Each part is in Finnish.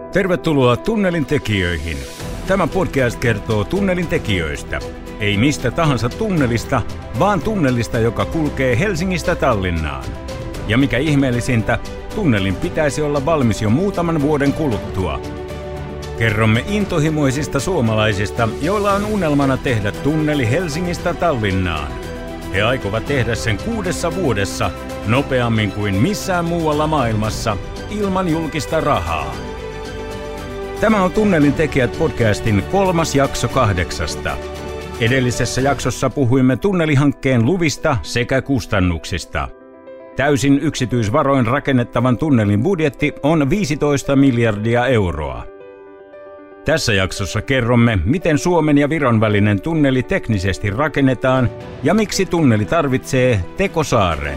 Tervetuloa Tunnelin tekijöihin. Tämä podcast kertoo tunnelin tekijöistä. Ei mistä tahansa tunnelista, vaan tunnelista, joka kulkee Helsingistä Tallinnaan. Ja mikä ihmeellisintä, tunnelin pitäisi olla valmis jo muutaman vuoden kuluttua. Kerromme intohimoisista suomalaisista, joilla on unelmana tehdä tunneli Helsingistä Tallinnaan. He aikovat tehdä sen 6 vuodessa, nopeammin kuin missään muualla maailmassa, ilman julkista rahaa. Tämä on Tunnelin tekijät podcastin 3. jakso 8. Edellisessä jaksossa puhuimme tunnelihankkeen luvista sekä kustannuksista. Täysin yksityisvaroin rakennettavan tunnelin budjetti on 15 miljardia euroa. Tässä jaksossa kerromme, miten Suomen ja Viron välinen tunneli teknisesti rakennetaan ja miksi tunneli tarvitsee tekosaaren.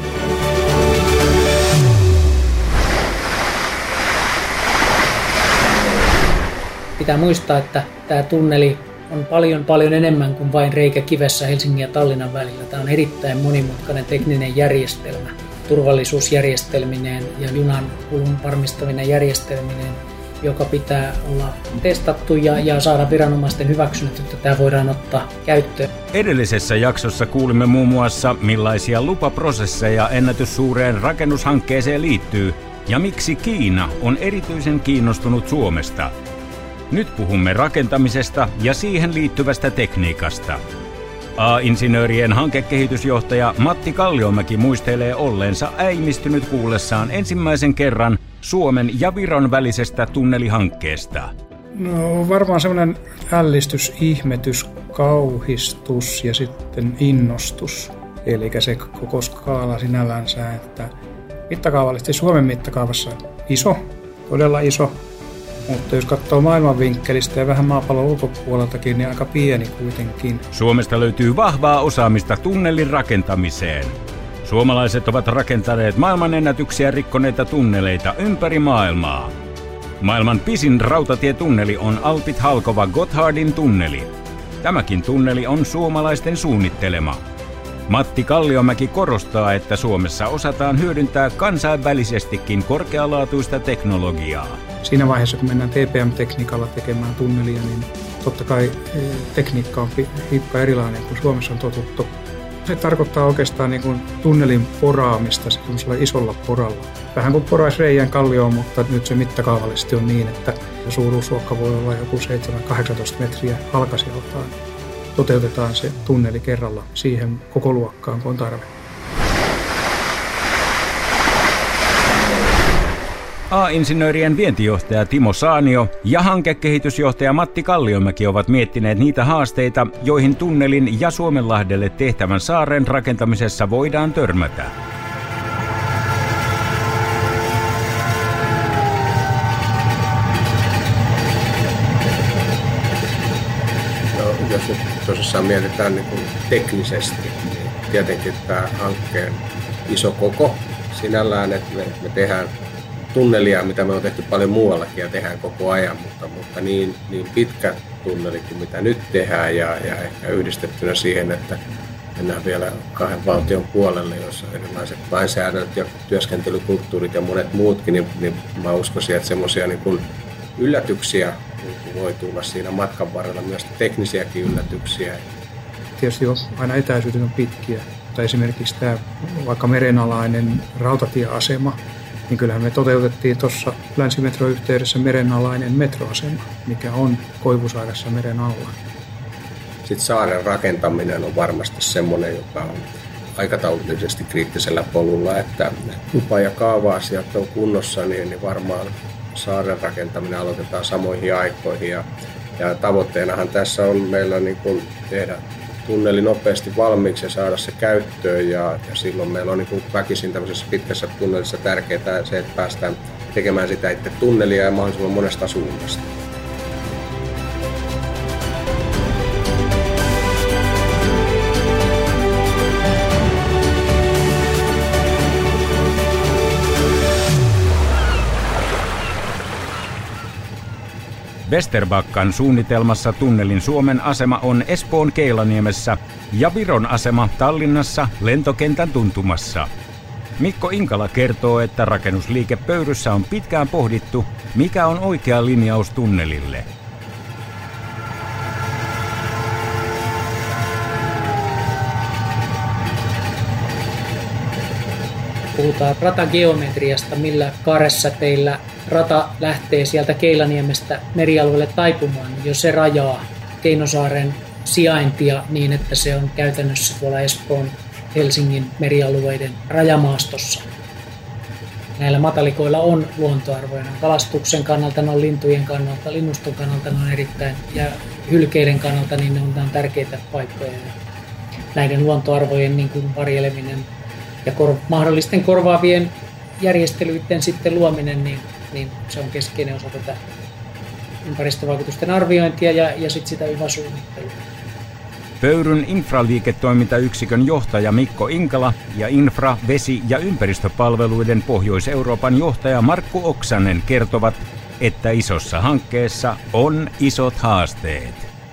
Pitää muistaa, että tämä tunneli on paljon enemmän kuin vain reikä kivessä Helsingin ja Tallinnan välillä. Tämä on erittäin monimutkainen tekninen järjestelmä, turvallisuusjärjestelmineen ja junan kulun varmistaminen järjestelmineen, joka pitää olla testattu ja saada viranomaisten hyväksynyt, että tämä voidaan ottaa käyttöön. Edellisessä jaksossa kuulimme muun muassa, millaisia lupaprosesseja ennätyssuureen rakennushankkeeseen liittyy ja miksi Kiina on erityisen kiinnostunut Suomesta. Nyt puhumme rakentamisesta ja siihen liittyvästä tekniikasta. A-insinöörien hankekehitysjohtaja Matti Kalliomäki muistelee olleensa äimistynyt kuullessaan ensimmäisen kerran Suomen ja Viron välisestä tunnelihankkeesta. No varmaan semmoinen ällistys, ihmetys, kauhistus ja sitten innostus. Eli se koko skaala sinällänsä, että mittakaavallisesti Suomen mittakaavassa iso, todella iso. Mutta jos katsoo maailman vinkkelistä ja vähän maapallon ulkopuoleltakin, niin aika pieni kuitenkin. Suomesta löytyy vahvaa osaamista tunnelin rakentamiseen. Suomalaiset ovat rakentaneet maailmanennätyksiä rikkoneita tunneleita ympäri maailmaa. Maailman pisin rautatietunneli on Alpit halkova Gotthardin tunneli. Tämäkin tunneli on suomalaisten suunnittelema. Matti Kalliomäki korostaa, että Suomessa osataan hyödyntää kansainvälisestikin korkealaatuista teknologiaa. Siinä vaiheessa, kun mennään TPM-tekniikalla tekemään tunnelia, niin totta kai tekniikka on hiukka erilainen kuin Suomessa on totuttu. Se tarkoittaa oikeastaan niin kuin tunnelin poraamista sellaisella isolla poralla. Vähän kuin poraisi reijän kallioon, mutta nyt se mittakaavallisesti on niin, että suuruusluokka voi olla joku 7-18 metriä halkasijaltaan. Toteutetaan se tunneli kerralla siihen koko luokkaan, kun on tarve. A-insinöörien vientijohtaja Timo Saanio ja hankekehitysjohtaja Matti Kalliomäki ovat miettineet niitä haasteita, joihin tunnelin ja Suomenlahdelle tehtävän saaren rakentamisessa voidaan törmätä. Jos nyt tosissaan mietitään niin kuin teknisesti, niin tietenkin tämä hankkeen iso koko sinällään, että me tehdään tunnelia, mitä me on tehty paljon muuallakin ja tehdään koko ajan, mutta niin pitkä tunneli kuin mitä nyt tehdään ja ehkä yhdistettynä siihen, että mennään vielä 2 valtion puolelle, jossa erilaiset lainsäädännöt ja työskentelykulttuurit ja monet muutkin, niin mä uskoisin, että semmoisia niin kuin yllätyksiä voi tulla siinä matkan varrella, myös teknisiäkin yllätyksiä. Tietysti aina etäisyydet on pitkiä, mutta esimerkiksi tämä vaikka merenalainen rautatieasema, niin kyllähän me toteutettiin tuossa Länsimetron yhteydessä merenalainen metroasema, mikä on Koivusaaressa meren alla. Sitten saaren rakentaminen on varmasti semmoinen, joka on aikataulullisesti kriittisellä polulla, että lupa- ja kaava-asiat on kunnossa, niin varmaan saaren rakentaminen aloitetaan samoihin aikoihin. Ja tavoitteenahan tässä on meillä niin kuin tehdä tunneli nopeasti valmiiksi ja saada se käyttöön ja silloin meillä on niin väkisin tämmöisessä pitkässä tunnelissa tärkeää se, että päästään tekemään sitä itse tunnelia ja mahdollisimman monesta suunnasta. Vesterbackan suunnitelmassa tunnelin Suomen asema on Espoon Keilaniemessä ja Viron asema Tallinnassa lentokentän tuntumassa. Mikko Inkala kertoo, että rakennusliike Pöyryssä on pitkään pohdittu, mikä on oikea linjaus tunnelille. Puhutaan ratageometriasta, millä kaaressateillä rata lähtee sieltä Keilaniemestä merialueelle taipumaan, niin jos se rajaa Keinosaaren sijaintia niin, että se on käytännössä tuolla Espoon, Helsingin merialueiden rajamaastossa. Näillä matalikoilla on luontoarvoja. Kalastuksen kannalta, ne on lintujen kannalta, linnuston kannalta ne on erittäin, ja hylkeiden kannalta niin ne on tärkeitä paikkoja. Näiden luontoarvojen niin kuin varjeleminen ja mahdollisten korvaavien järjestelyiden sitten luominen, niin se on keskeinen osa tätä ympäristövaikutusten arviointia ja sitten sitä YVA-suunnittelua. Pöyryn infraliiketoimintayksikön johtaja Mikko Inkala ja infra-, vesi- ja ympäristöpalveluiden Pohjois-Euroopan johtaja Markku Oksanen kertovat, että isossa hankkeessa on isot haasteet.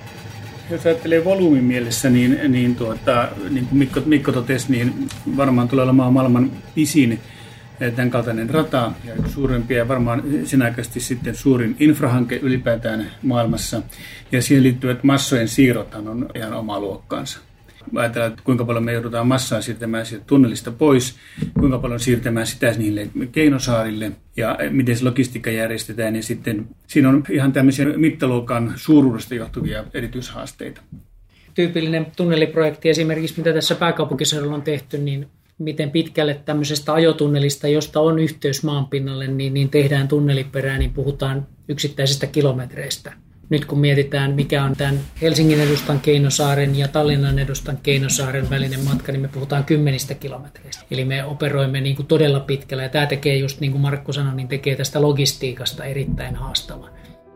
Jos ajattelee volyymin mielessä, niin kuin Mikko totesi, niin varmaan tulee olemaan maailman pisin tämän kaltainen rata ja suurimpia ja varmaan sen aikaisesti sitten suurin infrahanke ylipäätään maailmassa. Ja siihen liittyvät massojen siirrothan on ihan oma luokkaansa. Ajatellaan, että kuinka paljon me joudutaan massaa siirtämään sieltä tunnelista pois, kuinka paljon siirtämään sitä niille Keinosaarille ja miten se logistiikka järjestetään. Ja sitten siinä on ihan tämmöisiä mittaluokan suuruudesta johtuvia erityishaasteita. Tyypillinen tunneliprojekti esimerkiksi, mitä tässä pääkaupunkiseudulla on tehty, niin miten pitkälle tämmöisestä ajotunnelista, josta on yhteys maanpinnalle, niin tehdään tunneliperää, niin puhutaan yksittäisistä kilometreistä. Nyt kun mietitään, mikä on tämän Helsingin edustan Keinosaaren ja Tallinnan edustan Keinosaaren välinen matka, niin me puhutaan 10 kilometreistä. Eli me operoimme niin kuin todella pitkällä, ja tämä tekee just niin kuin Markku sanoi, niin tekee tästä logistiikasta erittäin haastavaa.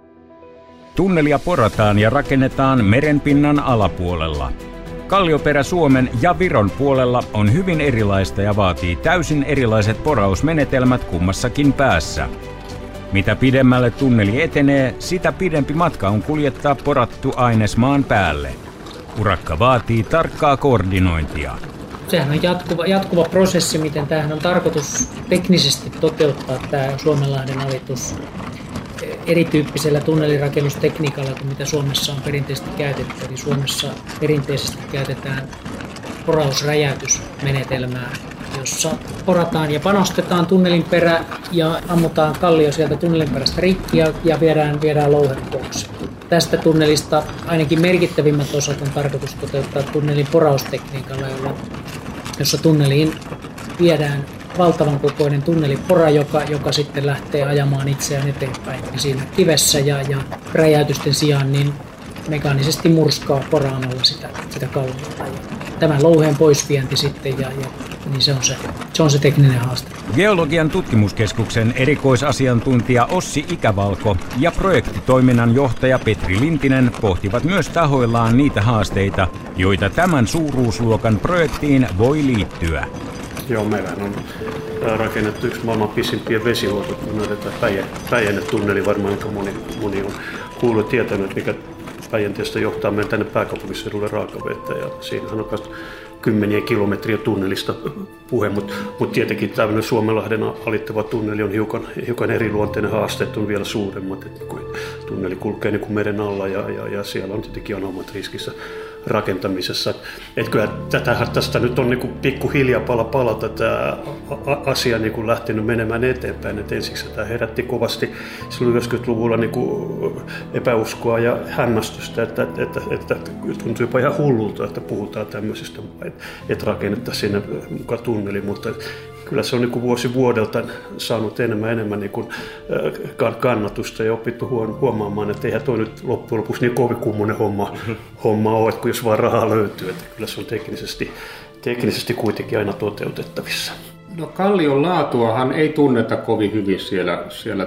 Tunnelia porataan ja rakennetaan merenpinnan alapuolella. Kallioperä Suomen ja Viron puolella on hyvin erilaista ja vaatii täysin erilaiset porausmenetelmät kummassakin päässä. Mitä pidemmälle tunneli etenee, sitä pidempi matka on kuljettaa porattu aines maan päälle. Urakka vaatii tarkkaa koordinointia. Sehän on jatkuva prosessi, miten tämähän on tarkoitus teknisesti toteuttaa tämä Suomenlahden alitus erityyppisellä tunnelirakennustekniikalla kuin mitä Suomessa on perinteisesti käytetty. Eli Suomessa perinteisesti käytetään porausräjäytysmenetelmää, jossa porataan ja panostetaan tunnelin perä ja ammutaan kallio sieltä tunnelin perästä rikki ja viedään louhet pois. Tästä tunnelista ainakin merkittävimmät osat on tarkoitus toteuttaa tunnelin poraustekniikalla, jossa tunneliin viedään valtavan kokoinen tunnelipora, joka sitten lähtee ajamaan itseään eteenpäin siinä kivessä ja räjäytysten sijaan niin mekaanisesti murskaa poraamalla sitä kalliota. Tämän louheen poisvienti sitten niin se on se tekninen haaste. Geologian tutkimuskeskuksen erikoisasiantuntija Ossi Ikävalko ja projektitoiminnan johtaja Petri Lintinen pohtivat myös tahoillaan niitä haasteita, joita tämän suuruusluokan projektiin voi liittyä. Joo, meillähän on rakennettu yksi maailman pisimpiä vesihuoltotunneleita, Päijänne-tunneli, varmaan aika moni on kuullut tietänyt, mikä Päijänteestä johtaa meidän tänne pääkaupunkiseudulle raakavettä, ja siinähän on kymmeniä kilometriä tunnelista puhe, mutta tietenkin tämmöinen Suomenlahden alittava tunneli on hiukan eriluonteinen, haasteet on vielä suuremmat, että kun tunneli kulkee niin kuin meren alla ja siellä on tietenkin on omat riskissä rakentamisessa. Että kyllä tästä nyt on niin kuin pikkuhiljaa palata tämä asia niin kuin lähtenyt menemään eteenpäin. Et ensiksi tämä herätti kovasti silloin 90-luvulla niin kuin epäuskoa ja hämmästystä, että tuntuu jopa ihan hullulta, että puhutaan tämmöisestä, että rakennettaisiin sinne mukaan tunneli, mutta kyllä se on niin kuin vuosi vuodelta saanut enemmän niin kuin kannatusta ja opittu huomaamaan, että eihän toi nyt loppujen lopuksi niin kovin kummonen homma ole, että jos vaan rahaa löytyy, että kyllä se on teknisesti kuitenkin aina toteutettavissa. No kallion laatuahan ei tunneta kovin hyvin siellä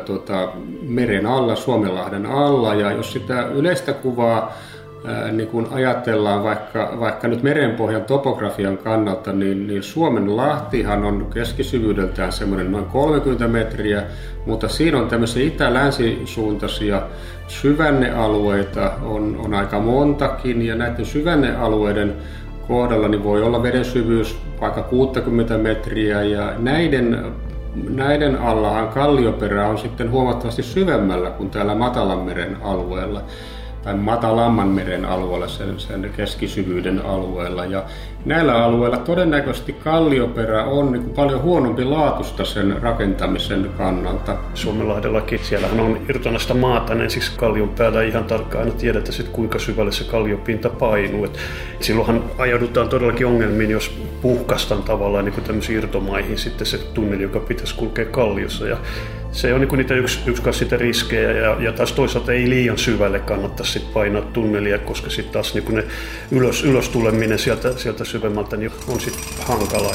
meren alla, Suomenlahden alla, ja jos sitä yleistä kuvaa niin kun ajatellaan vaikka nyt merenpohjan topografian kannalta, niin Suomenlahtihan on keskisyvyydeltään semmoinen noin 30 metriä, mutta siinä on tämmöisiä itä-länsisuuntaisia syvännealueita on aika montakin, ja näiden syvännealueiden kohdalla niin voi olla veden syvyys vaikka 60 metriä ja näiden allahan kallioperä on sitten huomattavasti syvemmällä kuin täällä Matalanmeren alueella tai Matalamman meren alueella, sen keskisyvyyden alueella. Ja näillä alueilla todennäköisesti kallioperä on niin kuin paljon huonompi laatusta sen rakentamisen kannalta. Suomenlahdellakin, siellähän on irtonaista maata, niin ensiksi kallion päällä ihan tarkkaan aina tiedetä, kuinka syvälle se kalliopinta painuu. Silloinhan ajaudutaan todellakin ongelmiin, jos puhkastaan tavallaan niin kuin tämmöisiin irtomaihin sitten se tunneli, joka pitäisi kulkea kalliossa. Ja se on niin niitä yksi sitä riskejä ja taas toisaalta ei liian syvälle kannattaisi sit painaa tunnelia, koska sitten taas niin ne ylös tuleminen sieltä syvemmältä niin on sitten hankalaa.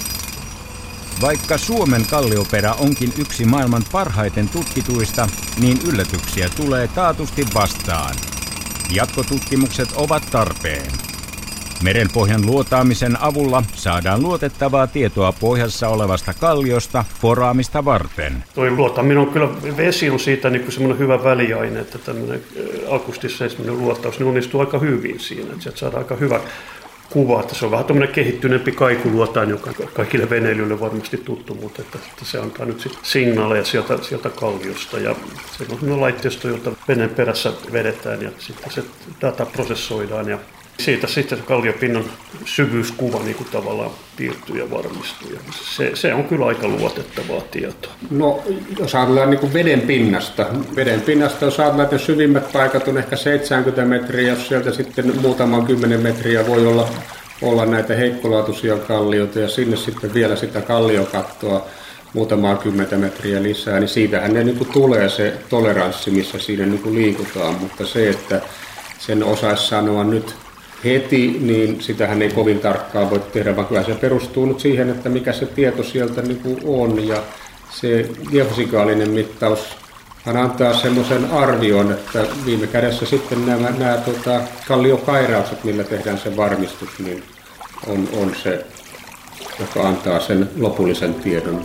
Vaikka Suomen kallioperä onkin yksi maailman parhaiten tutkituista, niin yllätyksiä tulee taatusti vastaan. Jatkotutkimukset ovat tarpeen. Merenpohjan luotaamisen avulla saadaan luotettavaa tietoa pohjassa olevasta kalliosta poraamista varten. Tuo luotaaminen on kyllä, vesi on siitä niin semmoinen hyvä väliaine, että tämmöinen akustisseisminen luottaus niin onnistuu aika hyvin siinä, että sieltä saadaan aika hyvä kuva, että se on vähän tämmöinen kehittyneempi kaikuluotain, joka kaikille veneilyille varmasti tuttu, mutta että se antaa nyt sitten signaaleja sieltä kalliosta ja se on semmoinen laitteisto, jota veneen perässä vedetään ja sitten se data prosessoidaan ja siitä sitten kalliopinnan syvyyskuva niin kuin tavallaan piirtyy ja varmistuu. Ja se on kyllä aika luotettavaa tietoa. No, jos ajatellaan niin kuin veden pinnasta, jos ajatellaan, että syvimmät paikat on ehkä 70 metriä, jos sieltä sitten muutaman 10 metriä voi olla näitä heikkolaatuisia kallioita ja sinne sitten vielä sitä kalliokattoa muutamaa 10 metriä lisää, niin siitähän ne niin kuin tulee se toleranssi, missä siinä niin kuin liikutaan, mutta se, että sen osaisi sanoa nyt heti, niin sitähän ei kovin tarkkaan voi tehdä, vaan kyllä se perustuu nyt siihen, että mikä se tieto sieltä niin kuin on. Ja se geofysikaalinen mittaus antaa semmoisen arvion, että viime kädessä sitten nämä kalliokairaukset, millä tehdään se varmistus, niin on se, joka antaa sen lopullisen tiedon.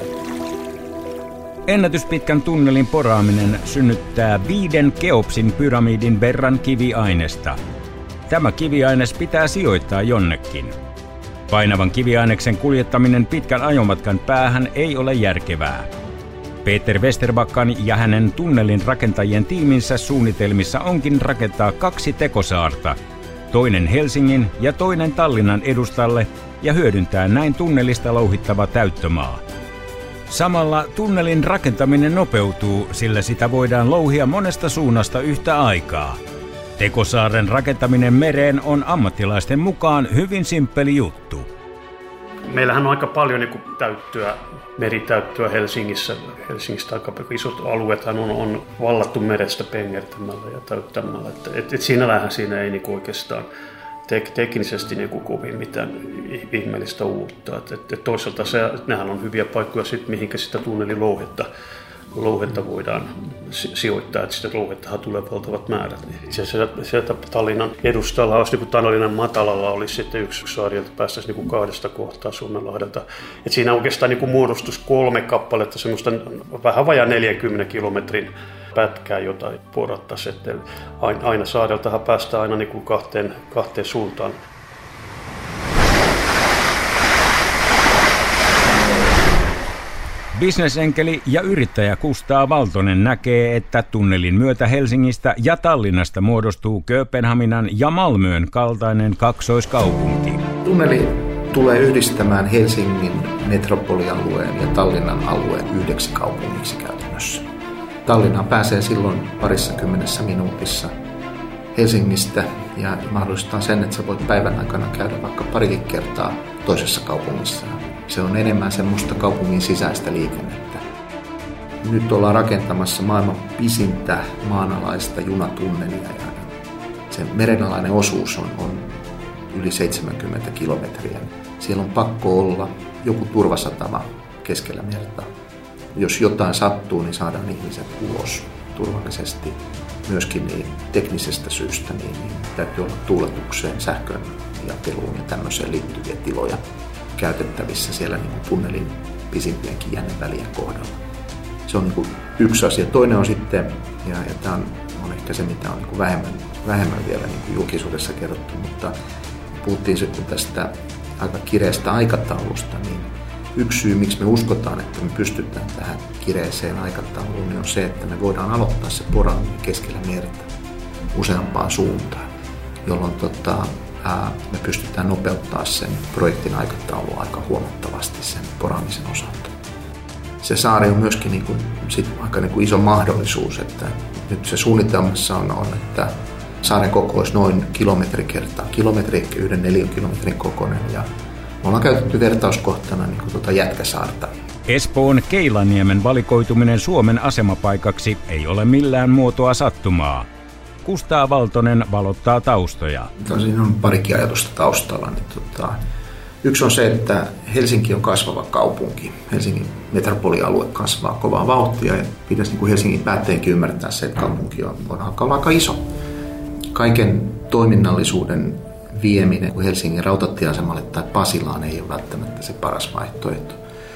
Ennätyspitkän tunnelin poraaminen synnyttää 5 Keopsin pyramidin verran kiviainesta. Tämä kiviaines pitää sijoittaa jonnekin. Painavan kiviaineksen kuljettaminen pitkän ajomatkan päähän ei ole järkevää. Peter Westerbackan ja hänen tunnelin rakentajien tiiminsä suunnitelmissa onkin rakentaa 2 tekosaarta, toinen Helsingin ja toinen Tallinnan edustalle ja hyödyntää näin tunnelista louhittava täyttömaa. Samalla tunnelin rakentaminen nopeutuu, sillä sitä voidaan louhia monesta suunnasta yhtä aikaa. Tekosaaren rakentaminen mereen on ammattilaisten mukaan hyvin simppeli juttu. Meillähän on aika paljon niin kuin meritäyttöä Helsingissä. Helsingistä aika isot alueethan on vallattu merestä pengertämällä ja täyttämällä. Sinällähän siinä ei niin kuin oikeastaan teknisesti niin kuin kovin mitään ihmeellistä uutta. Toisaalta nehän on hyviä paikkoja, mihinkä sitä tunnelilouhetta voidaan sijoittaa, että sitä louhettahan tulee valtavat määrät. Sieltä Tallinnan edustalla olisi niin Tallinnan matalalla olisi sitten yksi saari, jolta päästäisiin niin 2 kohtaa Suomenlahdelta. Että siinä oikeastaan niin muodostus 3 kappaletta, semmoista vähän vajaa 40 kilometrin pätkää, jota porattaisiin. Aina saareltahan päästään aina niin kahteen suuntaan. Bisnesenkeli ja yrittäjä Kustaa Valtonen näkee, että tunnelin myötä Helsingistä ja Tallinnasta muodostuu Kööpenhaminan ja Malmön kaltainen kaksoiskaupunki. Tunneli tulee yhdistämään Helsingin metropolialueen ja Tallinnan alueen yhdeksi kaupungiksi käytännössä. Tallinnaan pääsee silloin 20 minuutissa Helsingistä ja mahdollistaa sen, että sä voit päivän aikana käydä vaikka parikin kertaa toisessa kaupungissa. Se on enemmän semmoista kaupungin sisäistä liikennettä. Nyt ollaan rakentamassa maailman pisintä maanalaista junatunnelia ja sen merenalainen osuus on yli 70 kilometriä. Siellä on pakko olla joku turvasatama keskellä merta. Jos jotain sattuu, niin saadaan ihmiset ulos turvallisesti. Myöskin niin teknisestä syystä niin täytyy olla tuuletukseen, sähkön jakeluun ja tämmöiseen liittyviä tiloja käytettävissä siellä niin kuin tunnelin pisimpienkin jännevälien kohdalla. Se on niin kuin yksi asia. Toinen on sitten, ja tämä on ehkä se, mitä on niin kuin vähemmän vielä niin kuin julkisuudessa kerrottu, mutta puhuttiin sitten tästä aika kireästä aikataulusta, niin yksi syy, miksi me uskotaan, että me pystytään tähän kireeseen aikatauluun, niin on se, että me voidaan aloittaa se poraaminen keskellä merta useampaan suuntaan, jolloin me pystytään nopeuttamaan sen projektin aikataulua aika huomattavasti sen poraamisen osalta. Se saari on myöskin aika iso mahdollisuus, että nyt se suunnitelmassa on, että saaren koko olisi noin kilometri kertaa kilometri, ehkä 1 neliökilometrin kokoinen, ja me ollaan käytetty vertauskohtana Jätkäsaarta. Espoon Keilaniemen valikoituminen Suomen asemapaikaksi ei ole millään muotoa sattumaa. Kustaa Valtonen valottaa taustoja. Siinä on parikin ajatusta taustalla. Yksi on se, että Helsinki on kasvava kaupunki. Helsingin metropolialue kasvaa kovaa vauhtia ja pitäisi Helsingin päättäjienkin ymmärtää se, että kaupunki on aika iso. Kaiken toiminnallisuuden vieminen Helsingin rautatieasemalle tai Pasilaan ei ole välttämättä se paras vaihtoehto.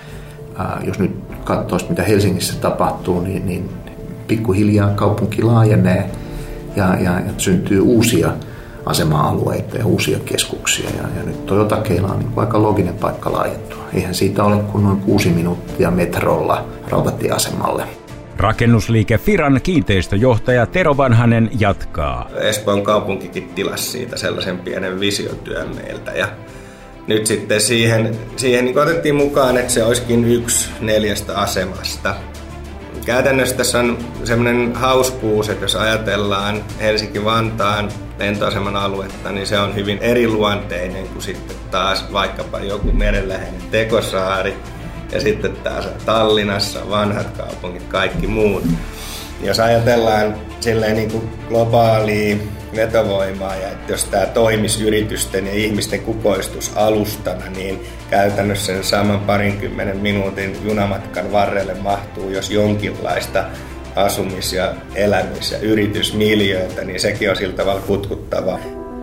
Jos nyt katsoisi, mitä Helsingissä tapahtuu, niin pikkuhiljaa kaupunki laajenee ja syntyy uusia asema-alueita ja uusia keskuksia. Ja nyt Toyota-Keila on aika looginen paikka laajentua. Eihän siitä ole kuin noin 6 minuuttia metrolla rautatieasemalle. Rakennusliike Firan kiinteistöjohtaja Tero Vanhanen jatkaa. Espoon kaupunkikin tilasi siitä sellaisen pienen visiotyön meiltä. Ja nyt sitten siihen niin otettiin mukaan, että se olisikin 1 4 asemasta. Käytännössä tässä on semmoinen hauskuus, että jos ajatellaan Helsinki-Vantaan lentoaseman aluetta, niin se on hyvin eriluonteinen kuin sitten taas vaikkapa joku merenläheinen Tekosaari ja sitten taas Tallinnassa vanhat kaupungit, kaikki muut. Jos ajatellaan silleen niin kuin globaalia vetovoimaa ja että jos tämä toimisi yritysten ja ihmisten kukoistusalustana, niin käytännössä sen saman 20 minuutin junamatkan varrelle mahtuu, jos jonkinlaista asumis- ja elämis- ja yritysmiljöötä, niin sekin on sillä tavalla kutkuttavaa.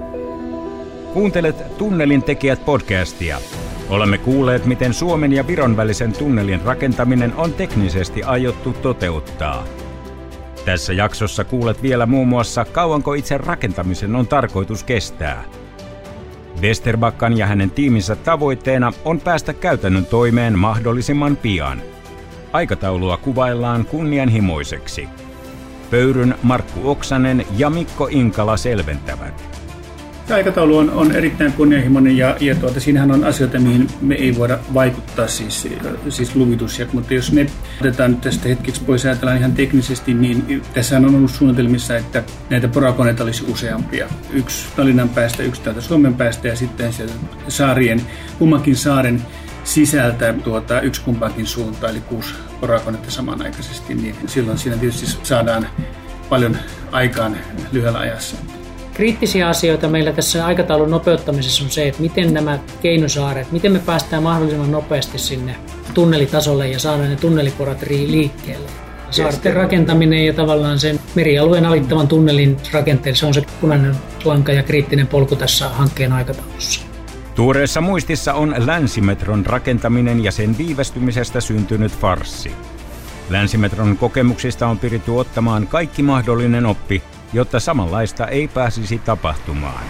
Kuuntelet Tunnelin tekijät podcastia. Olemme kuulleet, miten Suomen ja Viron välisen tunnelin rakentaminen on teknisesti aiottu toteuttaa. Tässä jaksossa kuulet vielä muun muassa, kauanko itse rakentamisen on tarkoitus kestää. Vesterbackan ja hänen tiiminsä tavoitteena on päästä käytännön toimeen mahdollisimman pian. Aikataulua kuvaillaan kunnianhimoiseksi. Pöyryn Markku Oksanen ja Mikko Inkala selventävät. Aikataulu on erittäin kunnianhimoinen ja siinähän on asioita, mihin me ei voida vaikuttaa, siis luvitus. Mutta jos me otetaan nyt tästä hetkeksi pois ja ajatellaan ihan teknisesti, niin tässä on ollut suunnitelmissa, että näitä porakoneita olisi useampia. 1 Tallinnan päästä, 1 täältä Suomen päästä ja sitten sieltä kummankin saaren sisältä 1 kumpaankin suuntaan, eli 6 porakonetta samanaikaisesti, niin silloin siinä tietysti saadaan paljon aikaan lyhyellä ajassa. Kriittisiä asioita meillä tässä aikataulun nopeuttamisessa on se, että miten nämä keinosaaret, miten me päästään mahdollisimman nopeasti sinne tunnelitasolle ja saadaan ne tunneliporat liikkeelle. Saarten rakentaminen ja tavallaan sen merialueen alittavan tunnelin rakenteella, se on se punainen lanka ja kriittinen polku tässä hankkeen aikataulussa. Tuoreessa muistissa on Länsimetron rakentaminen ja sen viivästymisestä syntynyt farssi. Länsimetron kokemuksista on pyritty ottamaan kaikki mahdollinen oppi, jotta samanlaista ei pääsisi tapahtumaan.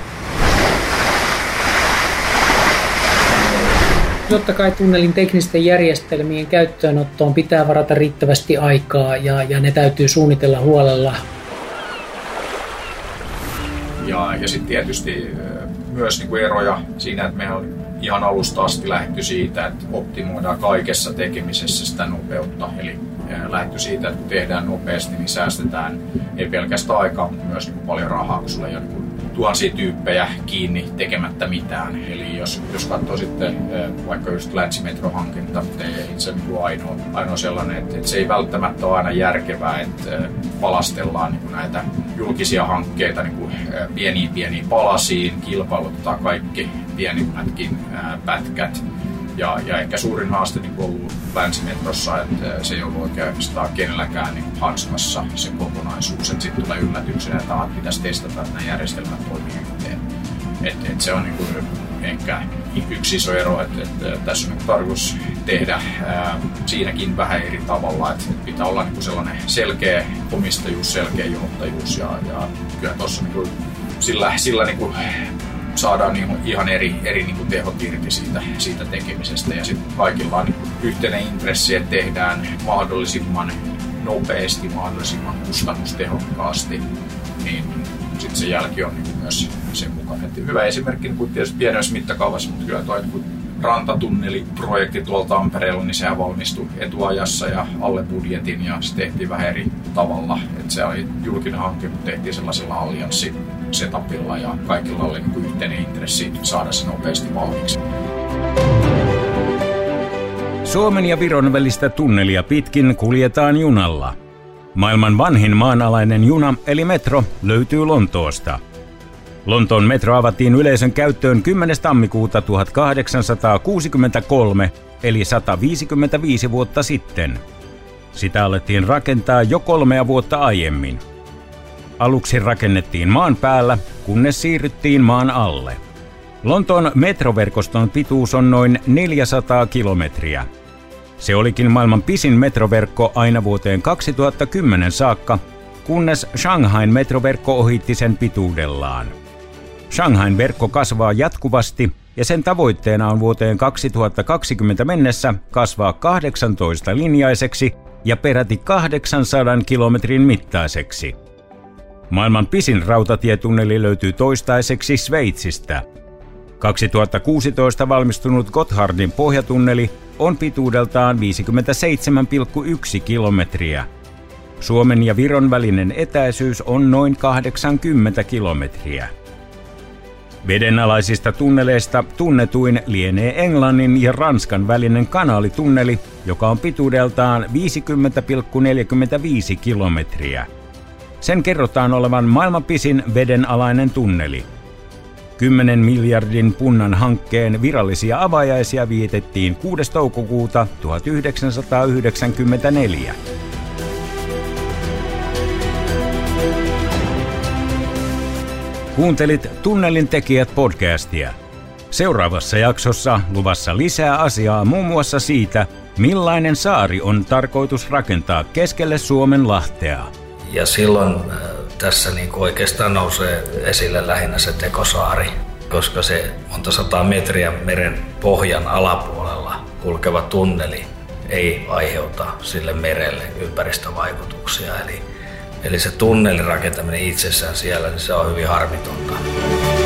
Totta kai tunnelin teknisten järjestelmien käyttöönottoon pitää varata riittävästi aikaa ja ne täytyy suunnitella huolella. Ja sitten tietysti myös eroja siinä, että me on ihan alusta asti lähdetty siitä, että optimoidaan kaikessa tekemisessä sitä nopeutta. Eli lähdetty siitä, että kun tehdään nopeasti, niin säästetään ei pelkästään aikaa, mutta myös paljon rahaa, kun sulla ei ole tuhansia tyyppejä kiinni tekemättä mitään. Eli jos katsoo sitten vaikka just Länsimetro-hankinta, itse ainoa sellainen, että se ei välttämättä ole aina järkevää, että palastellaan näitä julkisia hankkeita pieniin palasiin, kilpailutetaan kaikki pienimmätkin pätkät. Ja ehkä suurin haaste on ollut Länsimetrossa, että se ei ollut oikeastaan kenelläkään hanskassa se kokonaisuus. Sitten tulee yllätyksenä, että pitäisi testata, että nämä järjestelmät toimii yhteen. Se on ehkä yksi iso ero, että tässä on tarkoitus tehdä siinäkin vähän eri tavalla. Että pitää olla sellainen selkeä omistajuus, selkeä johtajuus ja kyllä tuossa sillä saadaan ihan eri niin kuin tehot irti siitä tekemisestä. Ja sitten kaikilla on yhteinen intressi, että tehdään mahdollisimman nopeasti, mahdollisimman kustannustehokkaasti, niin sitten se jälki on niin myös sen mukaan. Et hyvä esimerkki niin tietysti pienemmässä mittakaavassa, mutta kyllä tuo rantatunneliprojekti tuolla Tampereella, niin sehän valmistui etuajassa ja alle budjetin ja se tehtiin vähän eri tavalla. Et se oli julkinen hanke, mutta tehtiin sellaisella allianssisetapilla ja kaikilla oli niin yhteinen intressi saada se nopeasti valmiiksi. Suomen ja Viron välistä tunnelia pitkin kuljetaan junalla. Maailman vanhin maanalainen juna eli metro löytyy Lontoosta. Lontoon metro avattiin yleisön käyttöön 10. tammikuuta 1863, eli 155 vuotta sitten. Sitä alettiin rakentaa jo 3 vuotta aiemmin. Aluksi rakennettiin maan päällä, kunnes siirryttiin maan alle. Lontoon metroverkoston pituus on noin 400 kilometriä. Se olikin maailman pisin metroverkko aina vuoteen 2010 saakka, kunnes Shanghain metroverkko ohitti sen pituudellaan. Shanghain verkko kasvaa jatkuvasti ja sen tavoitteena on vuoteen 2020 mennessä kasvaa 18-linjaiseksi ja peräti 800 kilometrin mittaiseksi. Maailman pisin rautatietunneli löytyy toistaiseksi Sveitsistä. 2016 valmistunut Gotthardin pohjatunneli on pituudeltaan 57,1 kilometriä. Suomen ja Viron välinen etäisyys on noin 80 kilometriä. Vedenalaisista tunneleista tunnetuin lienee Englannin ja Ranskan välinen kanaalitunneli, joka on pituudeltaan 50,45 kilometriä. Sen kerrotaan olevan maailman pisin vedenalainen tunneli. 10 miljardin punnan hankkeen virallisia avajaisia vietettiin 6. toukokuuta 1994. Kuuntelit Tunnelin tekijät -podcastia. Seuraavassa jaksossa luvassa lisää asiaa muun muassa siitä, millainen saari on tarkoitus rakentaa keskelle Suomen lahtea. Ja silloin tässä niin oikeastaan nousee esille lähinnä se tekosaari, koska se monta 100 metriä meren pohjan alapuolella kulkeva tunneli ei aiheuta sille merelle ympäristövaikutuksia. Eli se tunnelin rakentaminen itsessään siellä, niin se on hyvin harmitonta.